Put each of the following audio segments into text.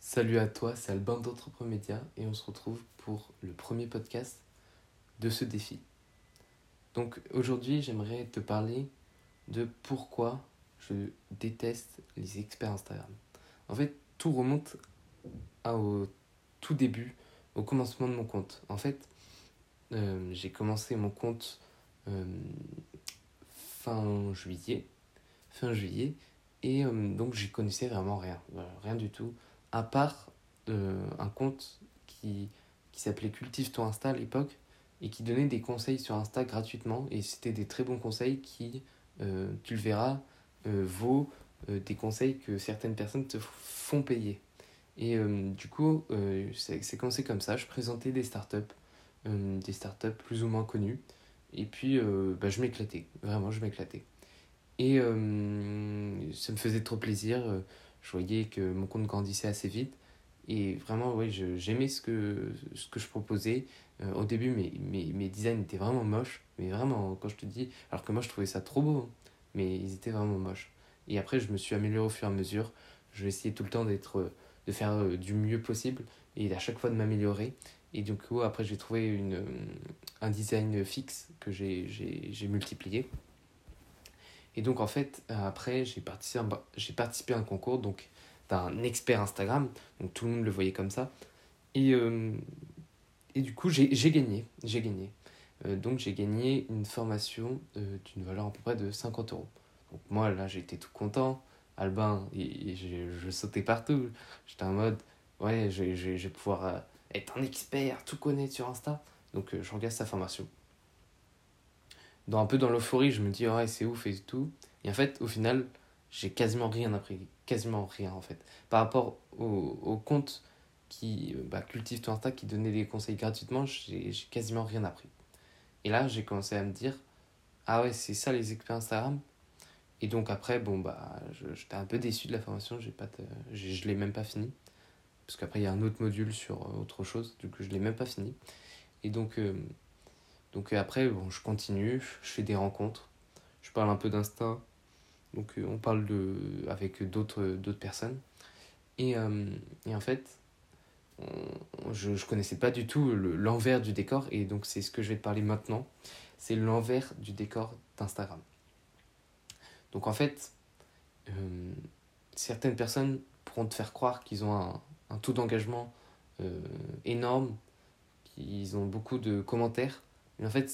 Salut à toi, c'est Albin d'Entrepreneur Média et on se retrouve pour le premier podcast de ce défi. Donc aujourd'hui, j'aimerais te parler de pourquoi je déteste les experts Instagram. En fait, tout remonte au tout début, au commencement de mon compte. En fait, j'ai commencé mon compte euh, fin juillet, et donc j'y connaissais vraiment rien, rien du tout, à part un compte qui s'appelait Cultive ton Insta à l'époque et qui donnait des conseils sur Insta gratuitement, et c'était des très bons conseils qui, tu le verras, vaut des conseils que certaines personnes te font payer. Et du coup, c'est commencé comme ça, je présentais des startups plus ou moins connues, et puis je m'éclatais, vraiment je m'éclatais. Et ça me faisait trop plaisir. Je voyais que mon compte grandissait assez vite. Et vraiment, ouais, j'aimais ce que je proposais. Au début, mes designs étaient vraiment moches. Mais vraiment, quand je te dis... Alors que moi, je trouvais ça trop beau, hein, mais ils étaient vraiment moches. Et après, je me suis amélioré au fur et à mesure. Je essayais tout le temps de faire du mieux possible. Et à chaque fois de m'améliorer. Et du coup, après, j'ai trouvé un design fixe que j'ai multiplié. Et donc, en fait, après, j'ai participé à un concours donc, d'un expert Instagram. Donc, tout le monde le voyait comme ça. Et, euh, et du coup, j'ai gagné. J'ai gagné. Donc, j'ai gagné une formation d'une valeur à peu près de 50 euros. Donc, moi, là, j'étais tout content. Albin, et je sautais partout. J'étais en mode, ouais, je vais pouvoir être un expert, tout connaître sur Insta. Donc, je regarde sa formation. Un peu dans l'euphorie, je me dis, ouais, c'est ouf et tout. Et en fait, au final, j'ai quasiment rien appris. Quasiment rien, en fait. Par rapport au compte qui cultive ton Insta, qui donnait des conseils gratuitement, j'ai quasiment rien appris. Et là, j'ai commencé à me dire, ah ouais, c'est ça les experts Instagram. Et donc après, j'étais un peu déçu de la formation, je l'ai même pas fini. Parce qu'après, il y a un autre module sur autre chose, du coup, je l'ai même pas fini. Et donc après, bon, je continue, je fais des rencontres, je parle un peu d'Insta. Donc on parle avec d'autres personnes. Et, euh, et en fait, je ne connaissais pas du tout l'envers du décor. Et donc c'est ce que je vais te parler maintenant. C'est l'envers du décor d'Instagram. Donc en fait, euh, certaines personnes pourront te faire croire qu'ils ont un taux d'engagement euh, énorme, qu'ils ont beaucoup de commentaires. Mais en fait,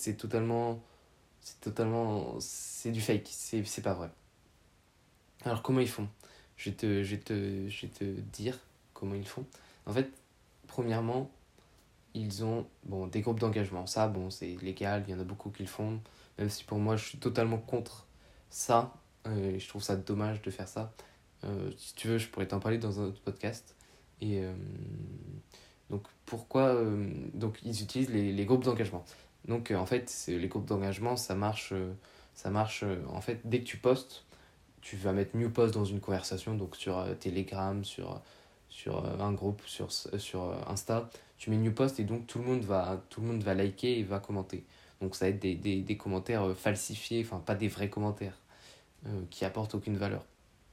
c'est du fake. C'est pas vrai. Alors comment ils font? Je vais te dire comment ils font. En fait, premièrement, ils ont des groupes d'engagement. Ça, c'est légal, il y en a beaucoup qui le font. Même si pour moi, je suis totalement contre ça. Je trouve ça dommage de faire ça. Si tu veux, je pourrais t'en parler dans un autre podcast. Et donc, pourquoi donc ils utilisent les groupes d'engagement. Donc, en fait, les groupes d'engagement, ça marche en fait, dès que tu postes, tu vas mettre new post dans une conversation, donc sur Telegram, sur un groupe, sur Insta, tu mets new post et donc tout le monde va liker et va commenter. Donc ça va être des commentaires falsifiés, enfin pas des vrais commentaires qui apportent aucune valeur.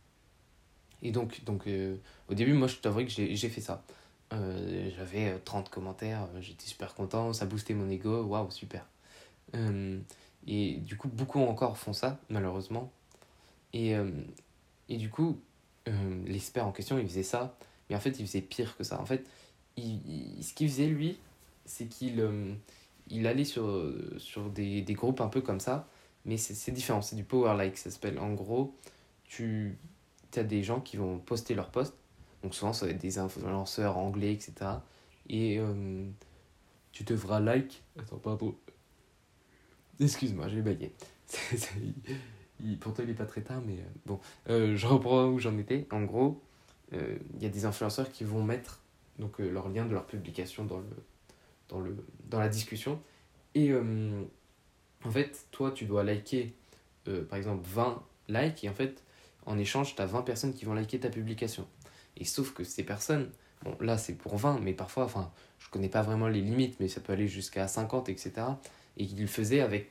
Et donc au début, moi je t'avoue que j'ai fait ça. J'avais 30 commentaires, j'étais super content, ça boostait mon ego, waouh, super. Euh, et du coup, beaucoup encore font ça, malheureusement. Et, euh, et du coup, l'expert en question, il faisait ça, mais en fait, il faisait pire que ça. En fait, ce qu'il faisait, lui, c'est qu'il allait sur des groupes un peu comme ça, mais c'est différent, c'est du power like, ça s'appelle. En gros, tu as des gens qui vont poster leurs posts, donc souvent, ça va être des influenceurs anglais, etc. Et tu devras like. Attends, pardon. Excuse-moi, j'ai bagué. Pourtant, il est pas très tard, mais bon. Je reprends où j'en étais. En gros, il y a des influenceurs qui vont mettre donc, leur lien de leur publication dans, le, dans la discussion. Et en fait, toi, tu dois liker, par exemple, 20 likes. Et en fait, en échange, tu as 20 personnes qui vont liker ta publication. Et sauf que ces personnes, bon, là, c'est pour 20, mais parfois, enfin, je connais pas vraiment les limites, mais ça peut aller jusqu'à 50, etc. Et ils le faisaient avec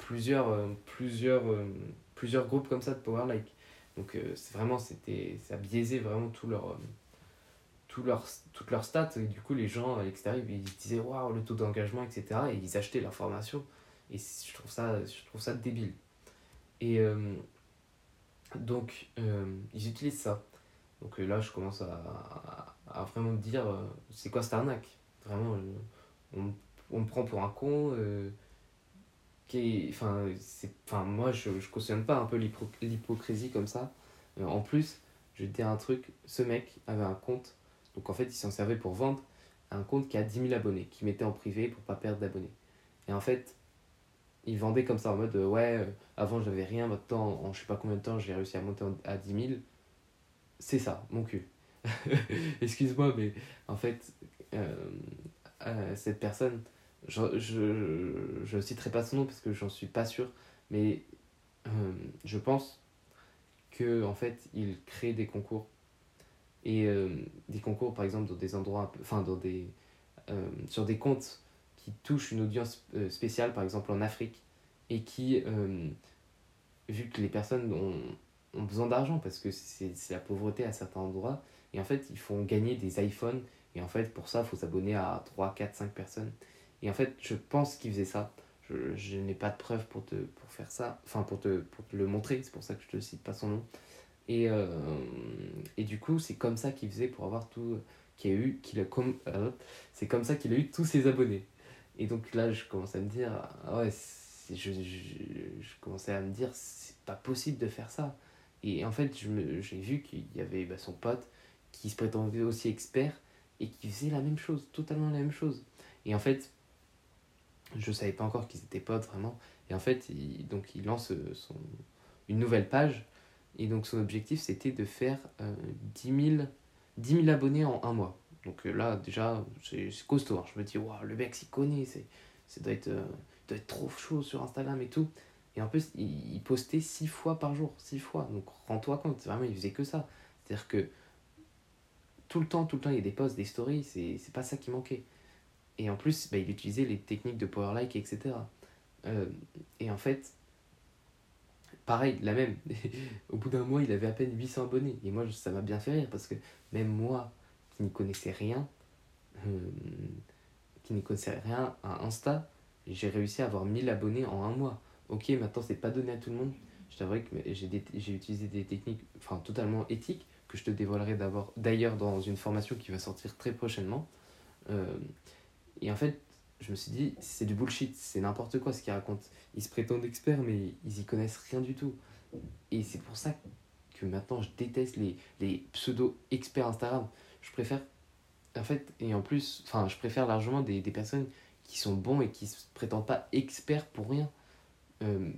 plusieurs groupes comme ça de power like. Donc, ça biaisait vraiment toutes leurs stats, et du coup les gens à l'extérieur ils disaient waouh le taux d'engagement, etc., et ils achetaient leur formation, et je trouve ça débile. Et donc ils utilisent ça. Donc là je commence à vraiment me dire c'est quoi cette arnaque, vraiment on me prend pour un con, moi je cautionne pas un peu l'hypocrisie comme ça. En plus, je vais te dire un truc, ce mec avait un compte, donc en fait il s'en servait pour vendre un compte qui a 10 000 abonnés, qui mettait en privé pour pas perdre d'abonnés. Et en fait, il vendait comme ça en mode avant j'avais rien, maintenant en je sais pas combien de temps j'ai réussi à monter à 10 000. C'est ça, mon cul. Excuse-moi, mais en fait, euh, cette personne, je citerai pas son nom parce que j'en suis pas sûr, mais je pense que en fait, il crée des concours, et des concours par exemple dans des endroits enfin sur des comptes qui touchent une audience spéciale, par exemple en Afrique, et qui vu que les personnes ont besoin d'argent parce que c'est la pauvreté à certains endroits, et en fait ils font gagner des iPhones, et en fait pour ça il faut s'abonner à 3 4 5 personnes, et en fait je pense qu'ils faisaient ça. Je n'ai pas de preuves pour faire ça, enfin pour te le montrer, c'est pour ça que je te cite pas son nom. Et, et du coup, c'est comme ça qu'il faisait pour avoir tout. C'est comme ça qu'il a eu tous ses abonnés. Et donc là, je commence à me dire, ah ouais, je commençais à me dire, c'est pas possible de faire ça. Et en fait, j'ai vu qu'il y avait son pote qui se prétendait aussi expert et qui faisait la même chose, totalement la même chose. Et en fait, je savais pas encore qu'ils étaient potes vraiment. Et en fait, il lance une nouvelle page. Et donc son objectif, c'était de faire 10 000 abonnés en un mois. Donc là, déjà, c'est costaud, hein. Je me dis, waouh, le mec s'y connaît, ça doit être trop chaud sur Instagram et tout. Et en plus, il postait 6 fois par jour, 6 fois. Donc rends-toi compte, vraiment, il faisait que ça. C'est-à-dire que tout le temps, il y a des posts, des stories, c'est pas ça qui manquait. Et en plus, il utilisait les techniques de power like, etc. Euh, et en fait, pareil, la même. Au bout d'un mois, il avait à peine 800 abonnés. Et moi, ça m'a bien fait rire parce que même moi, qui n'y connaissais rien, euh, qui n'y connaissais rien à Insta, j'ai réussi à avoir 1000 abonnés en un mois. Ok, maintenant, c'est pas donné à tout le monde. Je t'avouerai que j'ai utilisé des techniques totalement éthiques que je te dévoilerai d'ailleurs dans une formation qui va sortir très prochainement. Euh, et en fait, je me suis dit, c'est du bullshit, c'est n'importe quoi ce qu'ils racontent. Ils se prétendent experts, mais ils y connaissent rien du tout. Et c'est pour ça que maintenant je déteste les pseudo-experts Instagram. Je préfère, en fait, et en plus, je préfère largement des personnes qui sont bons et qui se prétendent pas experts pour rien. Euh,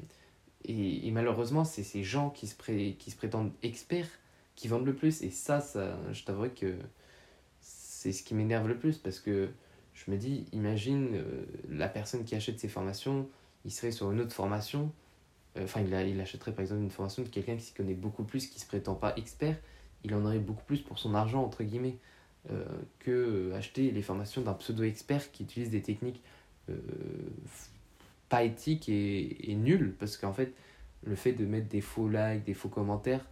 et malheureusement, c'est ces gens qui se prétendent experts qui vendent le plus. Et ça je t'avouerai que c'est ce qui m'énerve le plus parce que je me dis, imagine la personne qui achète ces formations, il serait sur une autre formation. Il achèterait par exemple une formation de quelqu'un qui s'y connaît beaucoup plus, qui se prétend pas expert. Il en aurait beaucoup plus pour son argent, entre guillemets, que acheter les formations d'un pseudo-expert qui utilise des techniques euh, pas éthiques et nulles. Parce qu'en fait, le fait de mettre des faux likes, des faux commentaires,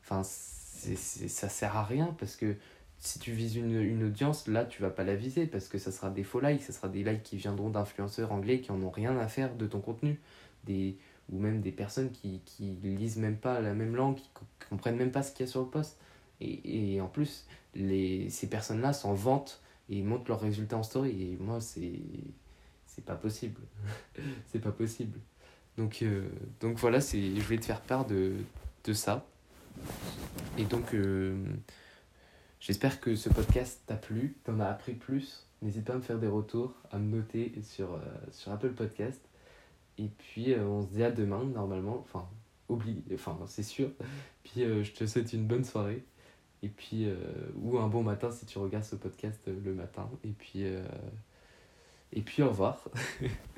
ça sert à rien parce que si tu vises une audience, là, tu vas pas la viser parce que ça sera des faux likes, ça sera des likes qui viendront d'influenceurs anglais qui en ont rien à faire de ton contenu. Ou même des personnes qui lisent même pas la même langue, qui comprennent même pas ce qu'il y a sur le post. Et en plus, ces personnes-là s'en vantent et montrent leurs résultats en story. Et moi, c'est pas possible. C'est pas possible. Donc voilà, je voulais te faire part de ça. Et donc, j'espère que ce podcast t'a plu, t'en as appris plus. N'hésite pas à me faire des retours, à me noter sur Apple Podcast. Et puis, on se dit à demain, normalement. C'est sûr. Puis, je te souhaite une bonne soirée. Et puis, ou un bon matin si tu regardes ce podcast le matin. Et puis, au revoir.